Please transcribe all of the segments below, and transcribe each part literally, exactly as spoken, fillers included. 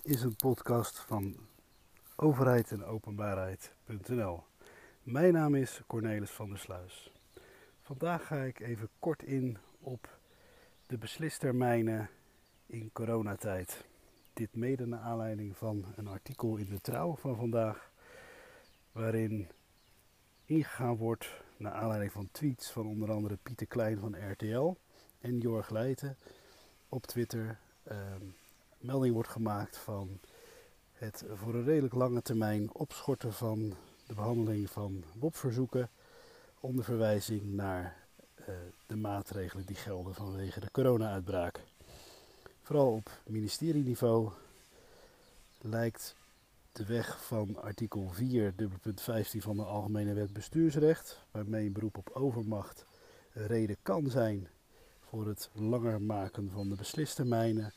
is een podcast van overheid en openbaarheid punt n l. Mijn naam is Cornelis van der Sluis. Vandaag ga ik even kort in op de beslistermijnen in coronatijd. Dit mede naar aanleiding van een artikel in de Trouw van vandaag, waarin ingegaan wordt naar aanleiding van tweets van onder andere Pieter Klein van R T L en Jorg Leijten op Twitter. Uh, melding wordt gemaakt van het voor een redelijk lange termijn opschorten van de behandeling van W O P-verzoeken onder verwijzing naar uh, de maatregelen die gelden vanwege de corona-uitbraak. Vooral op ministerieniveau lijkt de weg van artikel vier punt vijftien van de Algemene Wet Bestuursrecht, waarmee een beroep op overmacht een reden kan zijn voor het langer maken van de beslistermijnen,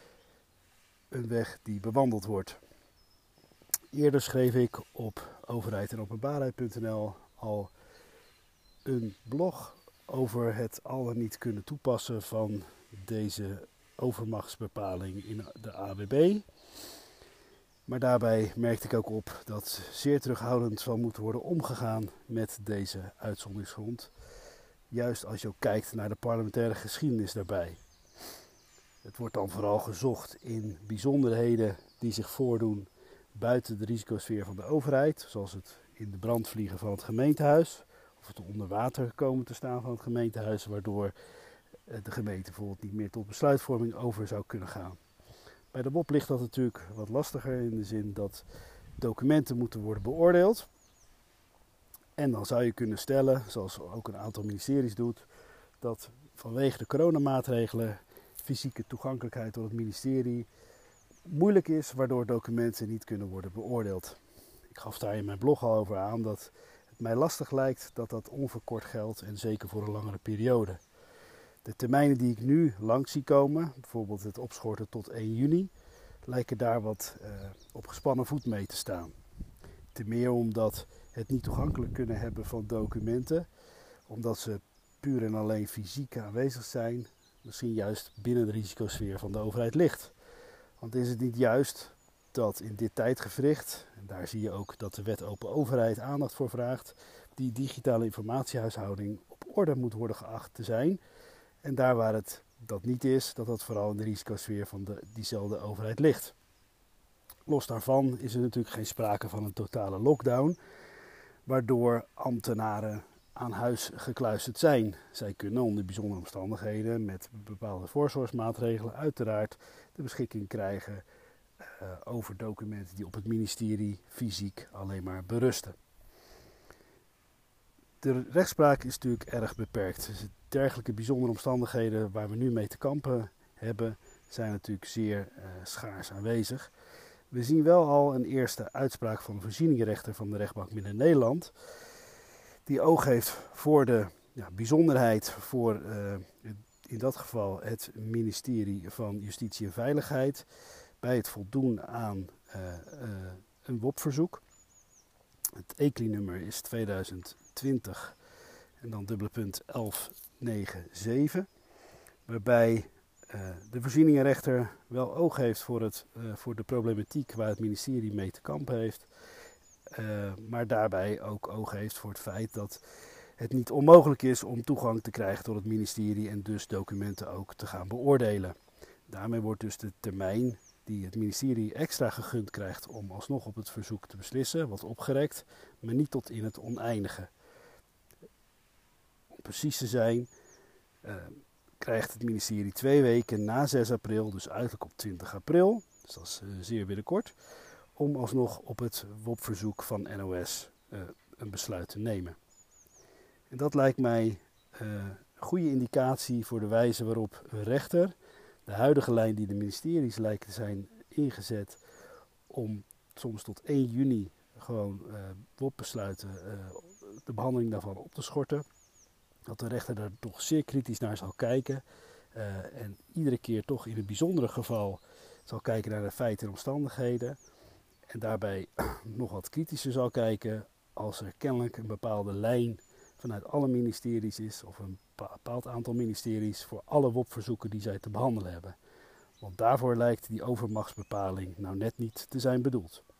een weg die bewandeld wordt. Eerder schreef ik op overheid en openbaarheid punt n l al een blog over het al dan niet kunnen toepassen van deze overmachtsbepaling in de A W B. Maar daarbij merkte ik ook op dat zeer terughoudend zal moeten worden omgegaan met deze uitzonderingsgrond. Juist als je ook kijkt naar de parlementaire geschiedenis daarbij. Het wordt dan vooral gezocht in bijzonderheden die zich voordoen buiten de risicosfeer van de overheid. Zoals het in de brand vliegen van het gemeentehuis. Of het onder water komen te staan van het gemeentehuis. Waardoor de gemeente bijvoorbeeld niet meer tot besluitvorming over zou kunnen gaan. Bij de W O P ligt dat natuurlijk wat lastiger in de zin dat documenten moeten worden beoordeeld. En dan zou je kunnen stellen, zoals ook een aantal ministeries doet, dat vanwege de coronamaatregelen fysieke toegankelijkheid door het ministerie moeilijk is, waardoor documenten niet kunnen worden beoordeeld. Ik gaf daar in mijn blog al over aan dat het mij lastig lijkt dat dat onverkort geldt en zeker voor een langere periode. De termijnen die ik nu langs zie komen, bijvoorbeeld het opschorten tot één juni, lijken daar wat uh, op gespannen voet mee te staan. Ten meer omdat het niet toegankelijk kunnen hebben van documenten, omdat ze puur en alleen fysiek aanwezig zijn, misschien juist binnen de risicosfeer van de overheid ligt. Want is het niet juist dat in dit tijdgevricht, en daar zie je ook dat de wet open overheid aandacht voor vraagt, die digitale informatiehuishouding op orde moet worden geacht te zijn. En daar waar het dat niet is, dat dat vooral in de risicosfeer van de, diezelfde overheid ligt. Los daarvan is er natuurlijk geen sprake van een totale lockdown, waardoor ambtenaren aan huis gekluisterd zijn. Zij kunnen onder bijzondere omstandigheden met bepaalde voorzorgsmaatregelen uiteraard de beschikking krijgen uh, over documenten die op het ministerie fysiek alleen maar berusten. De rechtspraak is natuurlijk erg beperkt. Dus dergelijke bijzondere omstandigheden waar we nu mee te kampen hebben, zijn natuurlijk zeer uh, schaars aanwezig. We zien wel al een eerste uitspraak van de voorzieningenrechter van de rechtbank Midden-Nederland, die oog heeft voor de ja, bijzonderheid voor uh, in dat geval het ministerie van Justitie en Veiligheid bij het voldoen aan uh, uh, een W O P-verzoek. Het E C L I-nummer is tweeduizend twintig en dan dubbele punt elf negen zeven, waarbij uh, de voorzieningenrechter wel oog heeft voor, het, uh, voor de problematiek waar het ministerie mee te kampen heeft. Uh, maar daarbij ook oog heeft voor het feit dat het niet onmogelijk is om toegang te krijgen tot het ministerie en dus documenten ook te gaan beoordelen. Daarmee wordt dus de termijn die het ministerie extra gegund krijgt om alsnog op het verzoek te beslissen, wat opgerekt, maar niet tot in het oneindige. Om precies te zijn, uh, krijgt het ministerie twee weken na zes april, dus uiterlijk op twintig april, dus dat is uh, zeer binnenkort, om alsnog op het W O P-verzoek van N O S uh, een besluit te nemen. En dat lijkt mij uh, een goede indicatie voor de wijze waarop een rechter de huidige lijn die de ministeries lijken te zijn ingezet om soms tot één juni gewoon uh, W O P-besluiten, uh, de behandeling daarvan op te schorten, dat de rechter daar toch zeer kritisch naar zal kijken uh, en iedere keer toch in het bijzondere geval zal kijken naar de feiten en omstandigheden. En daarbij nog wat kritischer zal kijken als er kennelijk een bepaalde lijn vanuit alle ministeries is, of een bepaald aantal ministeries voor alle W O P-verzoeken die zij te behandelen hebben. Want daarvoor lijkt die overmachtsbepaling nou net niet te zijn bedoeld.